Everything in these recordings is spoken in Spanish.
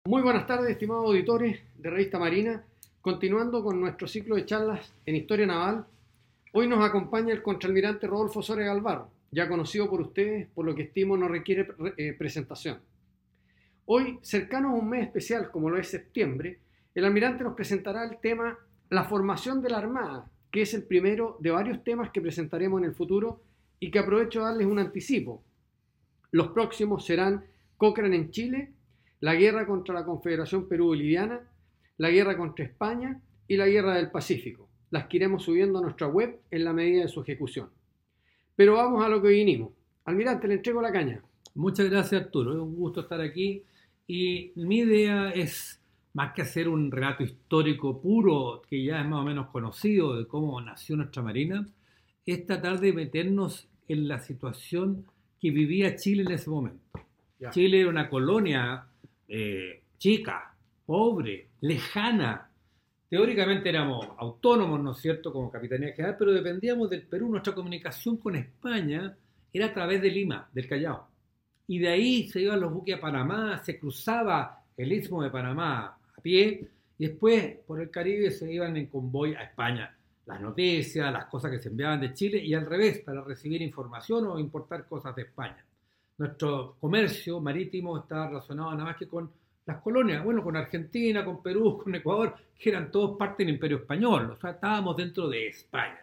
Muy buenas tardes, estimados auditores de Revista Marina. Continuando con nuestro ciclo de charlas en Historia Naval, hoy nos acompaña el contraalmirante Rodolfo Soria Galvarro, ya conocido por ustedes, por lo que estimo no requiere presentación. Hoy, cercano a un mes especial como lo es septiembre, el almirante nos presentará el tema La formación de la Armada, que es el primero de varios temas que presentaremos en el futuro y que aprovecho de darles un anticipo. Los próximos serán Cochrane en Chile, la guerra contra la Confederación Perú-Boliviana, la guerra contra España y la guerra del Pacífico. Las que iremos subiendo a nuestra web en la medida de su ejecución. Pero vamos a lo que vinimos. Almirante, le entrego la caña. Muchas gracias, Arturo. Es un gusto estar aquí. Y mi idea es, más que hacer un relato histórico puro, que ya es más o menos conocido de cómo nació nuestra Marina, es tratar de meternos en la situación que vivía Chile en ese momento. Ya. Chile era una colonia chica, pobre, lejana. Teóricamente éramos autónomos, ¿no es cierto?, como Capitanía General, pero dependíamos del Perú. Nuestra comunicación con España era a través de Lima, del Callao. Y de ahí se iban los buques a Panamá, se cruzaba el Istmo de Panamá a pie, y después por el Caribe se iban en convoy a España. Las noticias, las cosas que se enviaban de Chile, y al revés, para recibir información o importar cosas de España. Nuestro comercio marítimo estaba relacionado nada más que con las colonias, bueno, con Argentina, con Perú, con Ecuador, que eran todos parte del Imperio Español, o sea, estábamos dentro de España.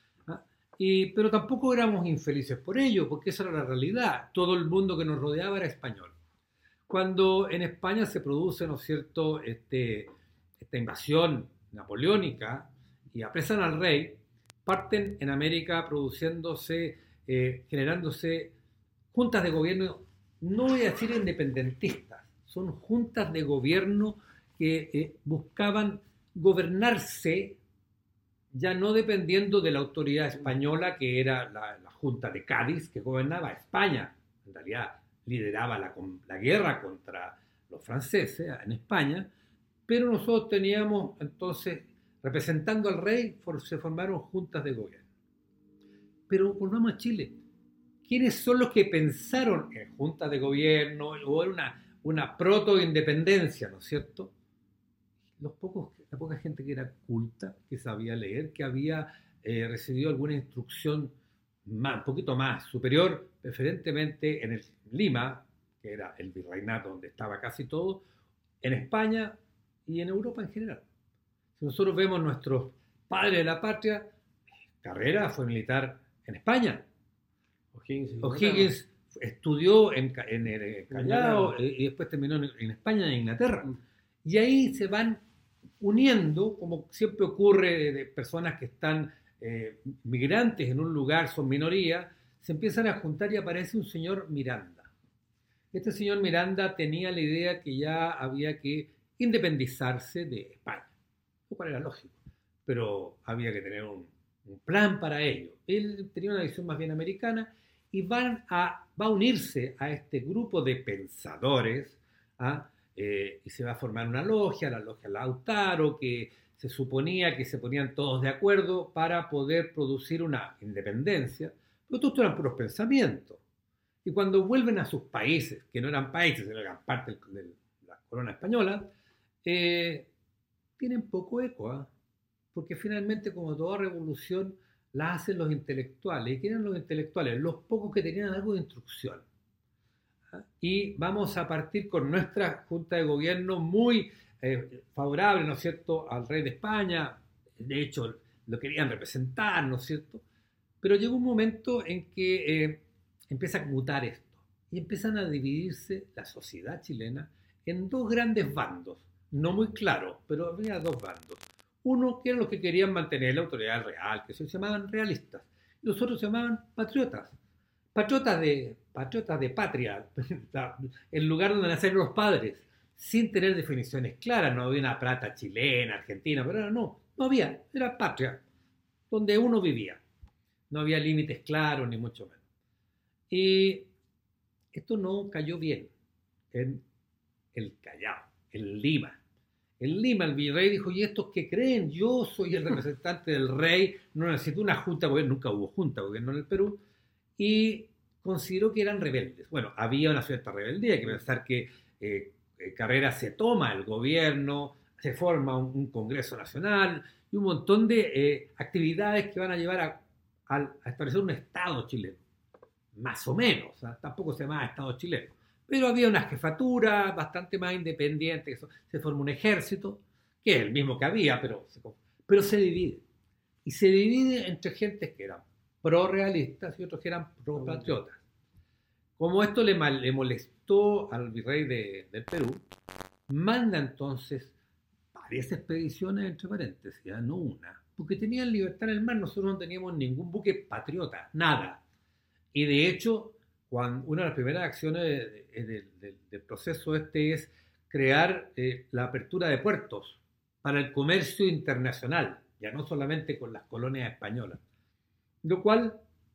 Pero tampoco éramos infelices por ello, porque esa era la realidad. Todo el mundo que nos rodeaba era español. Cuando en España se produce, ¿no es cierto?, esta invasión napoleónica y apresan al rey, parten en América produciéndose, generándose juntas de gobierno, no voy a decir independentistas, son juntas de gobierno que buscaban gobernarse ya no dependiendo de la autoridad española, que era la Junta de Cádiz, que gobernaba España. En realidad lideraba la guerra contra los franceses en España, pero nosotros teníamos entonces, representando al rey, se formaron juntas de gobierno. Pero volvamos a Chile. ¿Quiénes son los que pensaron en juntas de gobierno o en una proto-independencia, ¿no es cierto? La poca gente que era culta, que sabía leer, que había recibido alguna instrucción un poquito más superior, preferentemente en Lima, que era el virreinato donde estaba casi todo, en España y en Europa en general. Si nosotros vemos nuestros padres de la patria, Carrera fue militar en España. O'Higgins estudió en el Callao y después terminó en España e Inglaterra. Y ahí se van uniendo, como siempre ocurre de personas que están migrantes en un lugar, son minoría, se empiezan a juntar y aparece un señor Miranda. Este señor Miranda tenía la idea que ya había que independizarse de España, lo cual era lógico, pero había que tener un plan para ello. Él tenía una visión más bien americana y va a unirse a este grupo de pensadores, y se va a formar una logia, la logia Lautaro, que se suponía que se ponían todos de acuerdo para poder producir una independencia, pero todo esto eran puros pensamientos. Y cuando vuelven a sus países, que no eran países, eran parte de la corona española, tienen poco eco, porque finalmente, como toda revolución, la hacen los intelectuales. ¿Y quién eran los intelectuales? Los pocos que tenían algo de instrucción. Y vamos a partir con nuestra Junta de Gobierno muy favorable, ¿no es cierto?, al rey de España. De hecho, lo querían representar, ¿no es cierto? Pero llegó un momento en que empieza a mutar esto. Y empiezan a dividirse la sociedad chilena en dos grandes bandos. No muy claros, pero había dos bandos. Uno que eran los que querían mantener la autoridad real, que se llamaban realistas. Y los otros se llamaban patriotas. Patriotas de patria, el lugar donde nacieron los padres, sin tener definiciones claras. No había una plata chilena, argentina, pero no había, era patria, donde uno vivía. No había límites claros, ni mucho menos. Y esto no cayó bien en el Callao, en Lima. En Lima el virrey dijo: ¿y estos qué creen? Yo soy el representante del rey, no necesito una junta, porque nunca hubo junta de gobierno en el Perú, y consideró que eran rebeldes. Bueno, había una cierta rebeldía, hay que pensar que Carrera se toma el gobierno, se forma un Congreso Nacional y un montón de actividades que van a llevar a establecer un Estado chileno, más o menos, ¿eh? Tampoco se llamaba Estado chileno, pero había una jefatura bastante más independiente, se forma un ejército, que es el mismo que había, pero se divide. Y se divide entre gentes que eran pro-realistas y otros que eran pro-patriotas. Como esto le molestó al virrey del Perú, manda entonces varias expediciones, entre paréntesis, no una, porque tenían libertad en el mar. Nosotros no teníamos ningún buque patriota, nada. Y de hecho, una de las primeras acciones del proceso es crear la apertura de puertos para el comercio internacional, ya no solamente con las colonias españolas, lo cual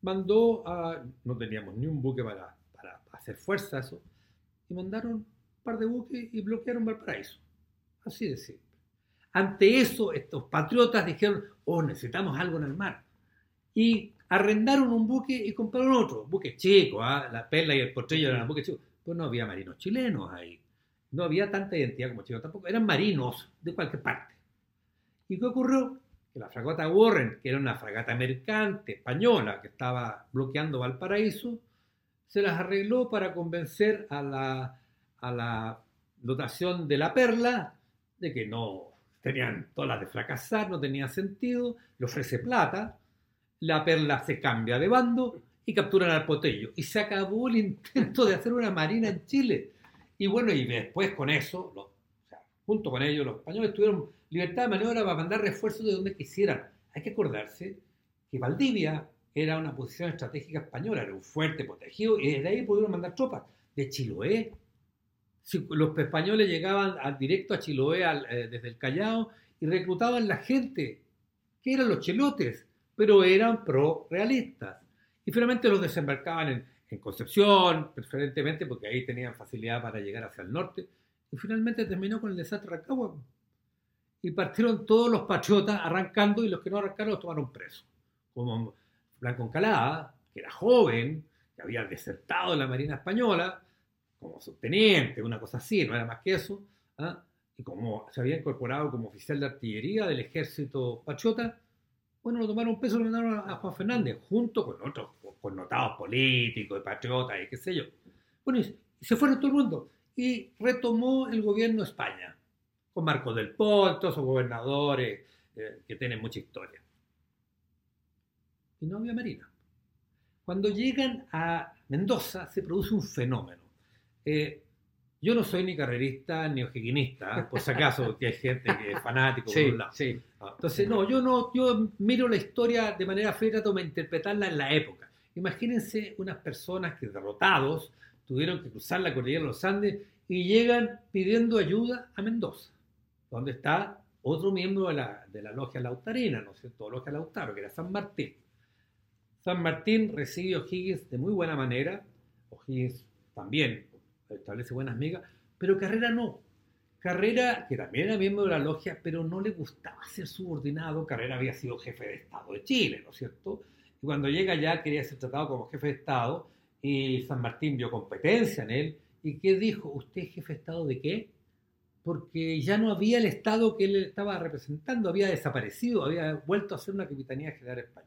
no teníamos ni un buque para hacer fuerza a eso, y mandaron un par de buques y bloquearon Valparaíso, así de simple. Ante eso, estos patriotas dijeron, necesitamos algo en el mar, y arrendaron un buque y compraron otro, buque chico, la Perla y el Potrillo eran buques chicos, pues no había marinos chilenos ahí, no había tanta identidad como chilenos, tampoco, eran marinos de cualquier parte. ¿Y qué ocurrió? Que la fragata Warren, que era una fragata mercante española que estaba bloqueando Valparaíso, se las arregló para convencer a la dotación de la Perla de que no tenían todas las de fracasar, no tenía sentido, le ofrece plata, la Perla se cambia de bando y capturan al Potrillo. Y se acabó el intento de hacer una marina en Chile. Y bueno, y después con eso, junto con ellos, los españoles tuvieron libertad de maniobra para mandar refuerzos de donde quisieran. Hay que acordarse que Valdivia era una posición estratégica española, era un fuerte protegido, y desde ahí pudieron mandar tropas. De Chiloé, si los españoles llegaban directo a Chiloé desde el Callao y reclutaban la gente, que eran los chilotes, pero eran pro-realistas. Y finalmente los desembarcaban en Concepción, preferentemente porque ahí tenían facilidad para llegar hacia el norte, y finalmente terminó con el desastre de Rancagua. Y partieron todos los patriotas arrancando, y los que no arrancaron los tomaron presos. Como Blanco Encalada, que era joven, que había desertado de la Marina Española, como subteniente, una cosa así, no era más que eso, y como se había incorporado como oficial de artillería del ejército patriota, bueno, lo tomaron preso y lo mandaron a Juan Fernández, junto con otros connotados políticos, de patriotas y qué sé yo. Bueno, y se fueron todo el mundo, y retomó el gobierno de España, con Marcos del Pol, todos esos gobernadores que tienen mucha historia. Y no había marina. Cuando llegan a Mendoza se produce un fenómeno. Yo no soy ni carrerista ni o'higgins, por si acaso, que hay gente que es fanático por un lado. Sí. Entonces, yo miro la historia de manera fría y trato de interpretarla en la época. Imagínense unas personas que derrotados tuvieron que cruzar la cordillera de los Andes y llegan pidiendo ayuda a Mendoza, donde está otro miembro de la logia lautarina, ¿no es cierto? Logia Lautaro, que era San Martín. San Martín recibe a O'Higgins de muy buena manera. O'Higgins también establece buenas migas, pero Carrera no. Carrera, que también era miembro de la logia, pero no le gustaba ser subordinado. Carrera había sido jefe de Estado de Chile, ¿no es cierto? Y cuando llega allá quería ser tratado como jefe de Estado, y San Martín vio competencia en él. ¿Y qué dijo? ¿Usted es jefe de Estado de qué? Porque ya no había el Estado que él estaba representando, había desaparecido, había vuelto a ser una capitanía general española.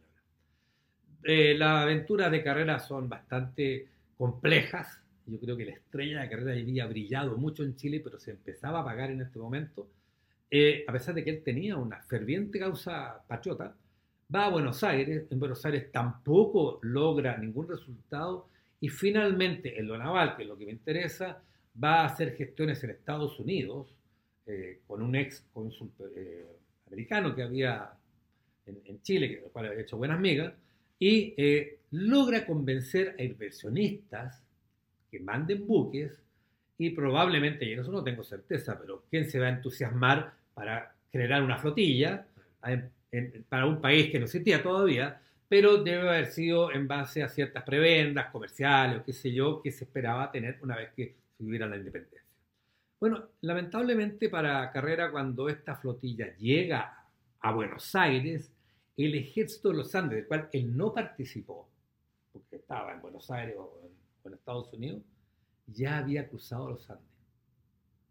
Las aventuras de Carrera son bastante complejas. Yo creo que la estrella de Carrera había brillado mucho en Chile, pero se empezaba a apagar en este momento. A pesar de que él tenía una ferviente causa patriota, va a Buenos Aires. En Buenos Aires tampoco logra ningún resultado, y finalmente en lo naval, que es lo que me interesa, va a hacer gestiones en Estados Unidos con un ex cónsul americano que había en Chile, con el cual había hecho buenas migas, y logra convencer a inversionistas que manden buques, y probablemente, y en eso no tengo certeza, pero ¿quién se va a entusiasmar para generar una flotilla para un país que no existía todavía? Pero debe haber sido en base a ciertas prebendas comerciales o qué sé yo, que se esperaba tener una vez que se hubiera la independencia. Bueno, lamentablemente para Carrera, cuando esta flotilla llega a Buenos Aires, el ejército de los Andes, del cual él no participó, porque estaba en Buenos Aires o en Estados Unidos, ya había cruzado los Andes.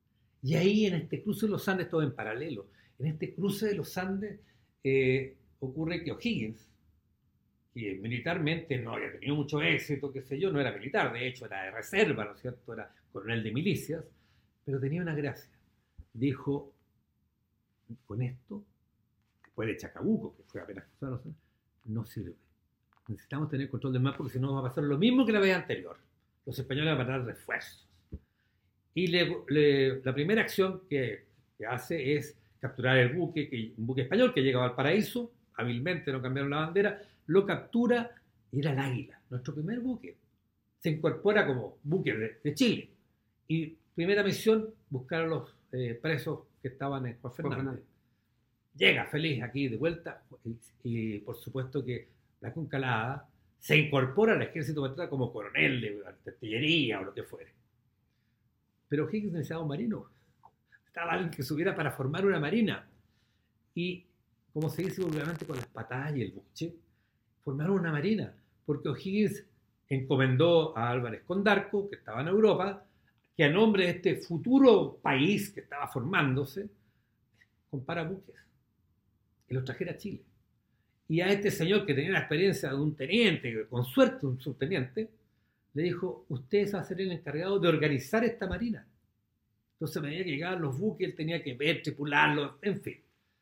Y ahí en este cruce de los Andes, todo en paralelo, en este cruce de los Andes ocurre que O'Higgins, que militarmente no había tenido mucho éxito, qué sé yo, no era militar, de hecho era de reserva, ¿no es cierto? Era coronel de milicias, pero tenía una gracia. Dijo, con esto, después de Chacabuco, que fue apenas cruzado, no sirve. Necesitamos tener control del mar porque si no va a pasar lo mismo que la vez anterior. Los españoles van a dar refuerzos. Y la primera acción que hace es capturar el buque, un buque español que llegaba al Paraíso, hábilmente no cambiaron la bandera, lo captura y era el Águila, nuestro primer buque. Se incorpora como buque de Chile. Y primera misión, buscar a los presos que estaban en Juan Fernández. Llega feliz aquí de vuelta y por supuesto que Blanco Encalada se incorpora al ejército patriota como coronel de artillería o lo que fuere. Pero Higgins necesitaba un marino. Estaba alguien que subiera para formar una marina. Y, como se dice vulgarmente con las patadas y el buche, formaron una marina. Porque O'Higgins encomendó a Álvarez Condarco, que estaba en Europa, que a nombre de este futuro país que estaba formándose, compara buques y los trajera a Chile. Y a este señor que tenía la experiencia de un teniente, con suerte un subteniente, le dijo, usted va a ser el encargado de organizar esta marina. Entonces, a medida que llegaban los buques, él tenía que ver, tripularlos, en fin.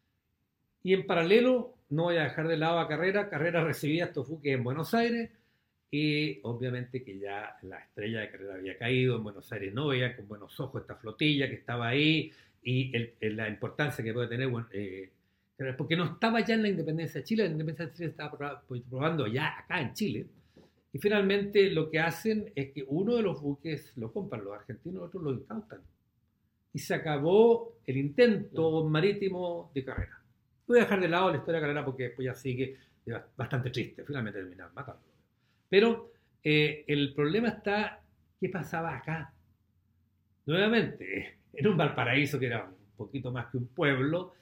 Y en paralelo, no voy a dejar de lado a Carrera. Carrera recibía estos buques en Buenos Aires y obviamente que ya la estrella de Carrera había caído. En Buenos Aires no veía con buenos ojos esta flotilla que estaba ahí y la importancia que puede tener, porque no estaba ya en la independencia de Chile. La independencia de Chile estaba probando ya acá en Chile. Y finalmente lo que hacen es que uno de los buques lo compran los argentinos, otros lo incautan. Y se acabó el intento marítimo de Carrera. Voy a dejar de lado la historia de Carrera porque después ya sigue bastante triste. Finalmente terminaron matándolo. Pero el problema está, ¿qué pasaba acá? Nuevamente, en un Valparaíso que era un poquito más que un pueblo,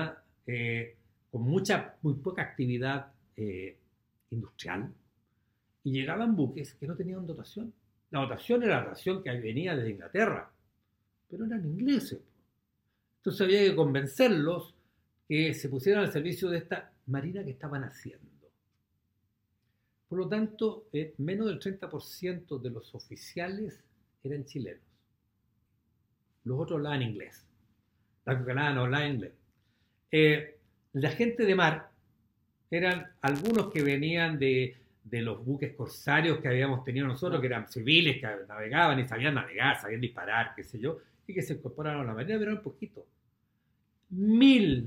con muy poca actividad industrial, y llegaban buques que no tenían dotación. La dotación era la dotación que venía desde Inglaterra, pero eran ingleses. Entonces había que convencerlos que se pusieran al servicio de esta marina que estaban haciendo. Por lo tanto, menos del 30% de los oficiales eran chilenos. Los otros hablaban inglés. Blanco Encalada no hablaba inglés. La gente de mar eran algunos que venían de los buques corsarios que habíamos tenido nosotros, que eran civiles, que navegaban y sabían navegar, sabían disparar, qué sé yo, y que se incorporaron a la marina, pero eran poquito. 1000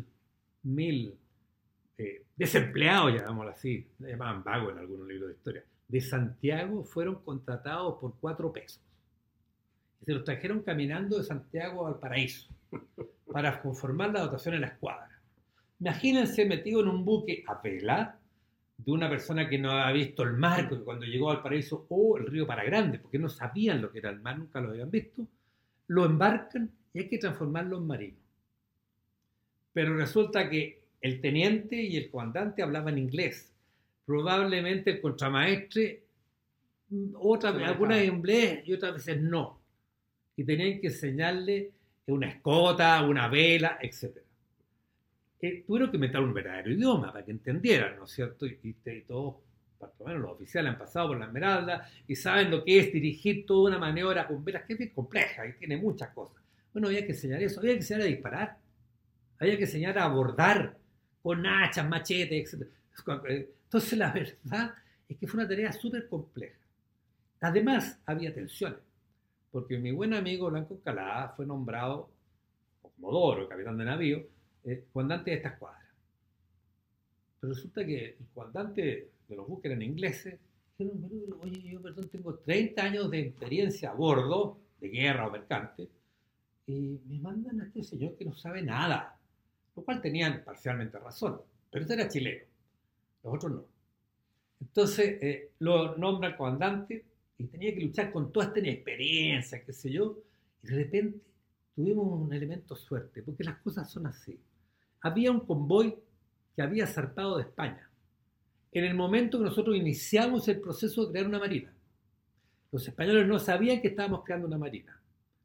desempleados, llamémoslo así, le llamaban vagos en algunos libros de historia, de Santiago fueron contratados por 4 pesos. Y se los trajeron caminando de Santiago a Valparaíso para conformar la dotación en la escuadra. Imagínense metido en un buque a vela de una persona que no había visto el mar, porque cuando llegó al Paraíso, el río Paragrande, porque no sabían lo que era el mar, nunca lo habían visto, lo embarcan y hay que transformarlo en marino. Pero resulta que el teniente y el comandante hablaban inglés. Probablemente el contramaestre, algunas en inglés y otras veces no. Y tenían que enseñarle una escota, una vela, etc. Tuvieron que inventar un verdadero idioma para que entendieran, ¿no es cierto? Y todos, por lo menos los oficiales, han pasado por la Esmeralda y saben lo que es dirigir toda una maniobra con velas que es bien compleja y tiene muchas cosas. Bueno, había que enseñar eso, había que enseñar a disparar, había que enseñar a abordar con hachas, machetes, etc. Entonces la verdad es que fue una tarea súper compleja. Además, había tensiones, porque mi buen amigo Blanco Encalada fue nombrado comodoro, capitán de navío, comandante de esta escuadra. Pero resulta que el comandante de los buques eran ingleses. Dijeron, oye, yo perdón, tengo 30 años de experiencia a bordo, de guerra o mercante, y me mandan a este señor que no sabe nada. Lo cual tenían parcialmente razón, pero este era chileno, los otros no. Entonces lo nombra el comandante y tenía que luchar con toda esta inexperiencia, qué sé yo, y de repente tuvimos un elemento suerte, porque las cosas son así. Había un convoy que había zarpado de España en el momento que nosotros iniciamos el proceso de crear una marina. Los españoles no sabían que estábamos creando una marina.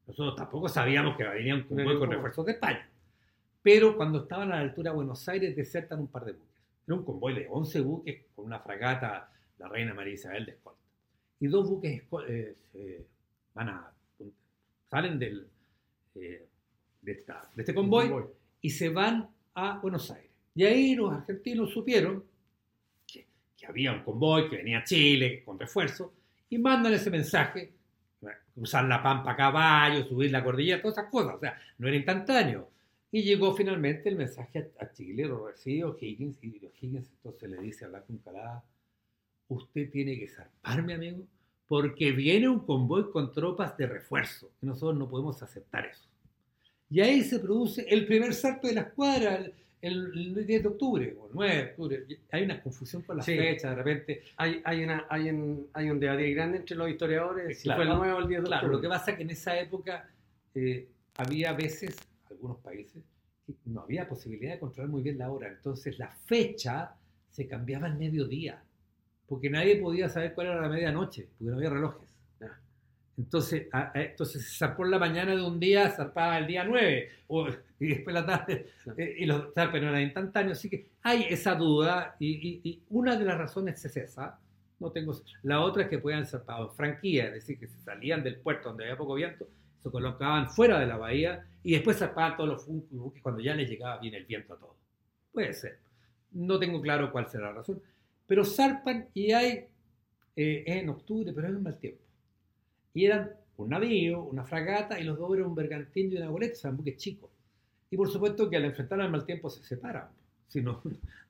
Nosotros tampoco sabíamos que venía un convoy con refuerzos de España. Pero cuando estaban a la altura de Buenos Aires, desertan un par de buques. Era un convoy de 11 buques con una fragata, la Reina María Isabel, de escolta. Y 2 buques salen de este convoy y se van a Buenos Aires. Y ahí los argentinos supieron que había un convoy que venía a Chile con refuerzo y mandan ese mensaje, cruzar la Pampa a caballo, subir la cordillera, todas esas cosas. O sea, no era instantáneo. Y llegó finalmente el mensaje a Chile, lo recibe O'Higgins, y O'Higgins entonces le dice a Blanco Encalada: usted tiene que zarpar, mi amigo, porque viene un convoy con tropas de refuerzo, y nosotros no podemos aceptar eso. Y ahí se produce el primer salto de la escuadra, el 10 de octubre, o el 9 de octubre. Hay una confusión con las fechas, de repente. Hay un debate grande entre los historiadores, si claro, fue el 9 o el 10 de octubre. Claro, lo que pasa es que en esa época había veces, algunos países, que no había posibilidad de controlar muy bien la hora. Entonces la fecha se cambiaba al mediodía, porque nadie podía saber cuál era la medianoche, porque no había relojes. Entonces se zarpó en la mañana de un día, zarpaba el día 9, y después la tarde, y los zarpes no eran instantáneos. Así que hay esa duda, y una de las razones es esa. La otra es que podían zarpado en franquía, es decir, que se salían del puerto donde había poco viento, se colocaban fuera de la bahía, y después zarpaban todos los buques cuando ya les llegaba bien el viento a todos. Puede ser. No tengo claro cuál será la razón, pero zarpan y hay, en octubre, pero hay un mal tiempo. Y eran un navío, una fragata, y los dos eran un bergantín y una goleta, eran buques chicos. Y por supuesto que al enfrentar al mal tiempo se separan. Si no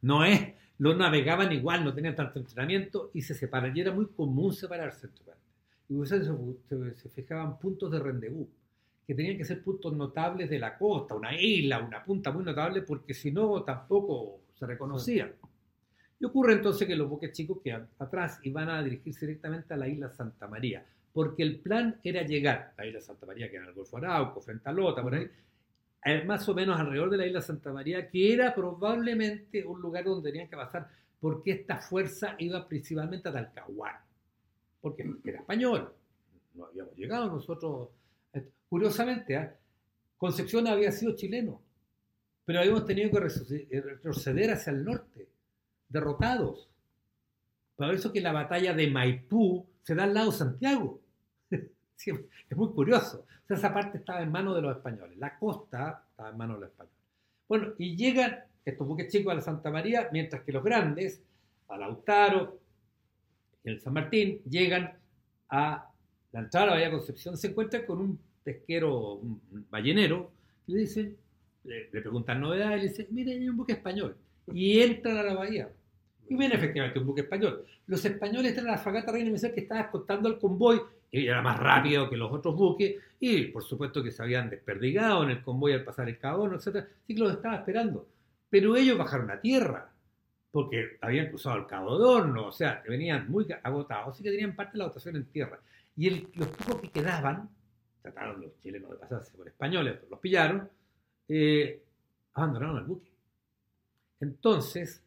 navegaban igual, no tenían tanto entrenamiento y se separan. Y era muy común separarse entre partes. Y ustedes se fijaban puntos de rendezvous, que tenían que ser puntos notables de la costa, una isla, una punta muy notable, porque si no tampoco se reconocían. Y ocurre entonces que los buques chicos quedan atrás y van a dirigirse directamente a la isla Santa María, porque el plan era llegar a la isla Santa María, que era el Golfo Arauco, frente a Lota, por ahí, más o menos alrededor de la isla Santa María, que era probablemente un lugar donde tenían que pasar, porque esta fuerza iba principalmente a Talcahuano, porque era español, no habíamos llegado nosotros. Curiosamente, Concepción había sido chileno, pero habíamos tenido que retroceder hacia el norte, derrotados. Por eso que la batalla de Maipú se da al lado de Santiago. Sí, es muy curioso. O sea, esa parte estaba en manos de los españoles. La costa estaba en manos de los españoles. Bueno, y llegan estos buques chicos a la Santa María, mientras que los grandes, a Lautaro y el San Martín, llegan a la entrada de la Bahía Concepción, se encuentran con un pesquero, un ballenero, y le dicen, le preguntan novedades, y le dicen: mire, hay un buque español. Y entran a la bahía. Y ven efectivamente un buque español. Los españoles traen a la fragata Reina Isabel, que estaba escoltando al convoy, y era más rápido que los otros buques, y por supuesto que se habían desperdigado en el convoy al pasar el Cabo Horno, etc. Así que los estaba esperando. Pero ellos bajaron a tierra, porque habían cruzado el Cabo de Horno, o sea, venían muy agotados, así que tenían parte de la dotación en tierra. Y los pocos que quedaban, trataron los chilenos de pasarse por españoles, pero los pillaron, abandonaron el buque. Entonces,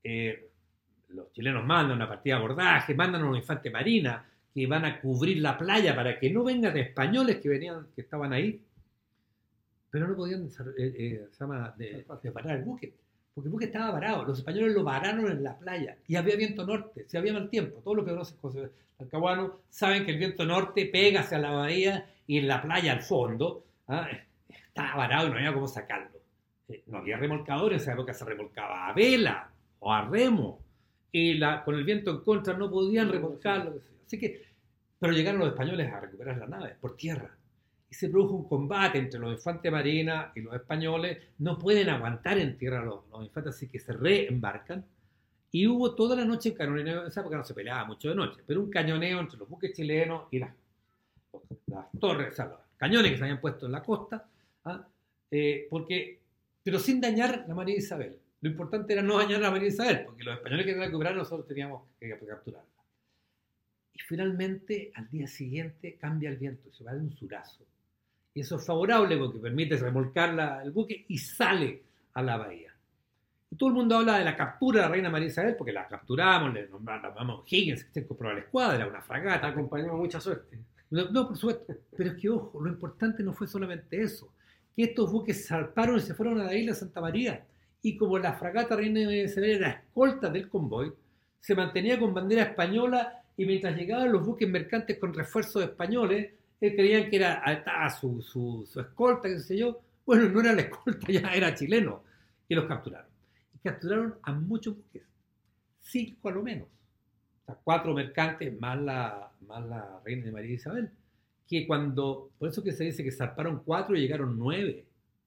los chilenos mandan una partida de abordaje, mandan a una infante marina que van a cubrir la playa para que no vengan españoles que estaban ahí, pero no podían parar el buque, porque el buque estaba varado. Los españoles lo vararon en la playa y había viento norte, si había mal tiempo. Todos los que conocen Talcahuano saben que el viento norte pega hacia la bahía y en la playa al fondo estaba varado y no había cómo sacarlo. No había remolcadores, en esa época se remolcaba a vela o a remo, y con el viento en contra no podían remolcarlo. Así que, pero llegaron los españoles a recuperar la nave por tierra, y se produjo un combate entre los infantes marina y los españoles. No pueden aguantar en tierra los infantes, así que se reembarcan, y hubo toda la noche un cañoneo. En esa época no se peleaba mucho de noche, pero un cañoneo entre los buques chilenos y las torres, o sea, los cañones que se habían puesto en la costa, pero sin dañar la María Isabel. Lo importante era no dañar a la María Isabel, porque los españoles querían recuperar, nosotros teníamos que capturarla. Y finalmente, al día siguiente, cambia el viento, se va de un surazo. Y eso es favorable porque permite remolcar el buque y sale a la bahía. Y todo el mundo habla de la captura de la Reina María Isabel, porque la capturamos, le nombramos Higgins, que se incorporó a la escuadra, una fragata. Acompañó mucha suerte. No, por supuesto. Pero es que, ojo, lo importante no fue solamente eso. Que estos buques zarparon y se fueron a la isla Santa María. Y como la fragata Reina de Isabel era escolta del convoy, se mantenía con bandera española y mientras llegaban los buques mercantes con refuerzos españoles, creían que estaba su escolta, qué sé yo. Bueno, no era la escolta, ya era chileno. Y los capturaron. Y capturaron a muchos buques. 5 a lo menos. O sea, 4 mercantes más la Reina de María Isabel. Que por eso que se dice que zarparon 4 y llegaron 9.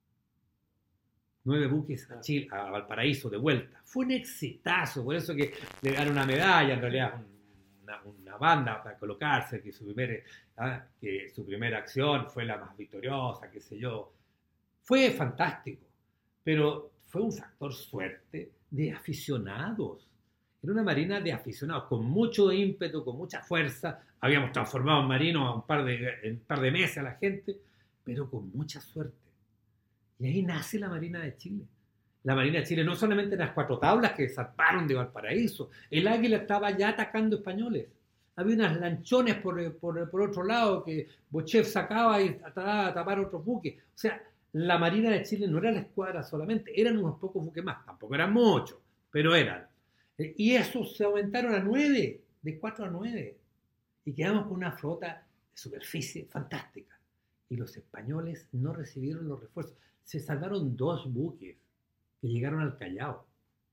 9 buques a Chile, a Valparaíso de vuelta. Fue un exitazo, por eso que le dan una medalla, en realidad una banda para colocarse, que su primera acción fue la más victoriosa, qué sé yo. Fue fantástico, pero fue un factor suerte de aficionados. Era una marina de aficionados, con mucho ímpetu, con mucha fuerza. Habíamos transformado en marinos en un par de meses a la gente, pero con mucha suerte. Y ahí nace la Marina de Chile. La Marina de Chile no solamente las 4 tablas que zarparon de Valparaíso, el Águila estaba ya atacando españoles. Había unas lanchones por otro lado que Bochev sacaba y trataba de tapar otros buques. O sea, la Marina de Chile no era la escuadra solamente, eran unos pocos buques más, tampoco eran muchos, pero eran. Y esos se aumentaron a 9, de 4 a 9. Y quedamos con una flota de superficie fantástica. Y los españoles no recibieron los refuerzos. Se salvaron 2 buques que llegaron al Callao.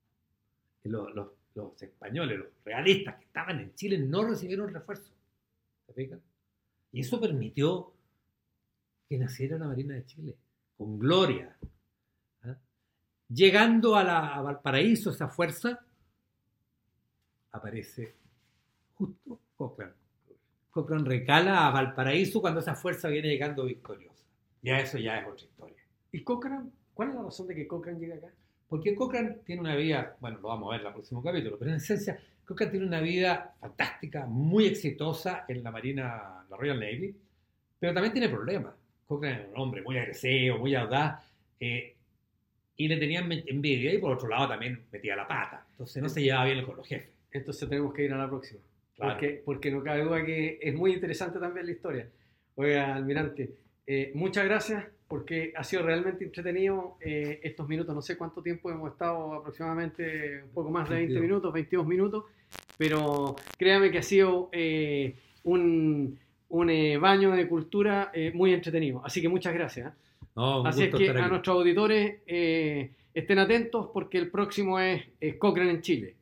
Los españoles, los realistas que estaban en Chile, no recibieron refuerzos. ¿Se fijan? Y eso permitió que naciera la Marina de Chile, con gloria. ¿Ah? Llegando a Valparaíso, esa fuerza, aparece justo Cochrane. Cochrane recala a Valparaíso cuando esa fuerza viene llegando victoriosa. Ya eso ya es otra historia. ¿Y Cochrane? ¿Cuál es la razón de que Cochrane llegue acá? Porque Cochrane tiene una vida, bueno, lo vamos a ver en el próximo capítulo, pero en esencia, Cochrane tiene una vida fantástica, muy exitosa en la Marina, la Royal Navy, pero también tiene problemas. Cochrane era un hombre muy agresivo, muy audaz, y le tenían envidia, y por otro lado también metía la pata. Entonces no se llevaba bien con los jefes. Entonces tenemos que ir a la próxima. Claro. Porque no cabe duda que es muy interesante también la historia. Oiga, almirante, muchas gracias porque ha sido realmente entretenido estos minutos. No sé cuánto tiempo hemos estado, aproximadamente un poco más de 20 minutos, 22 minutos, pero créame que ha sido un baño de cultura muy entretenido. Así que muchas gracias. No, así es que a nuestros auditores estén atentos porque el próximo es Cochrane en Chile.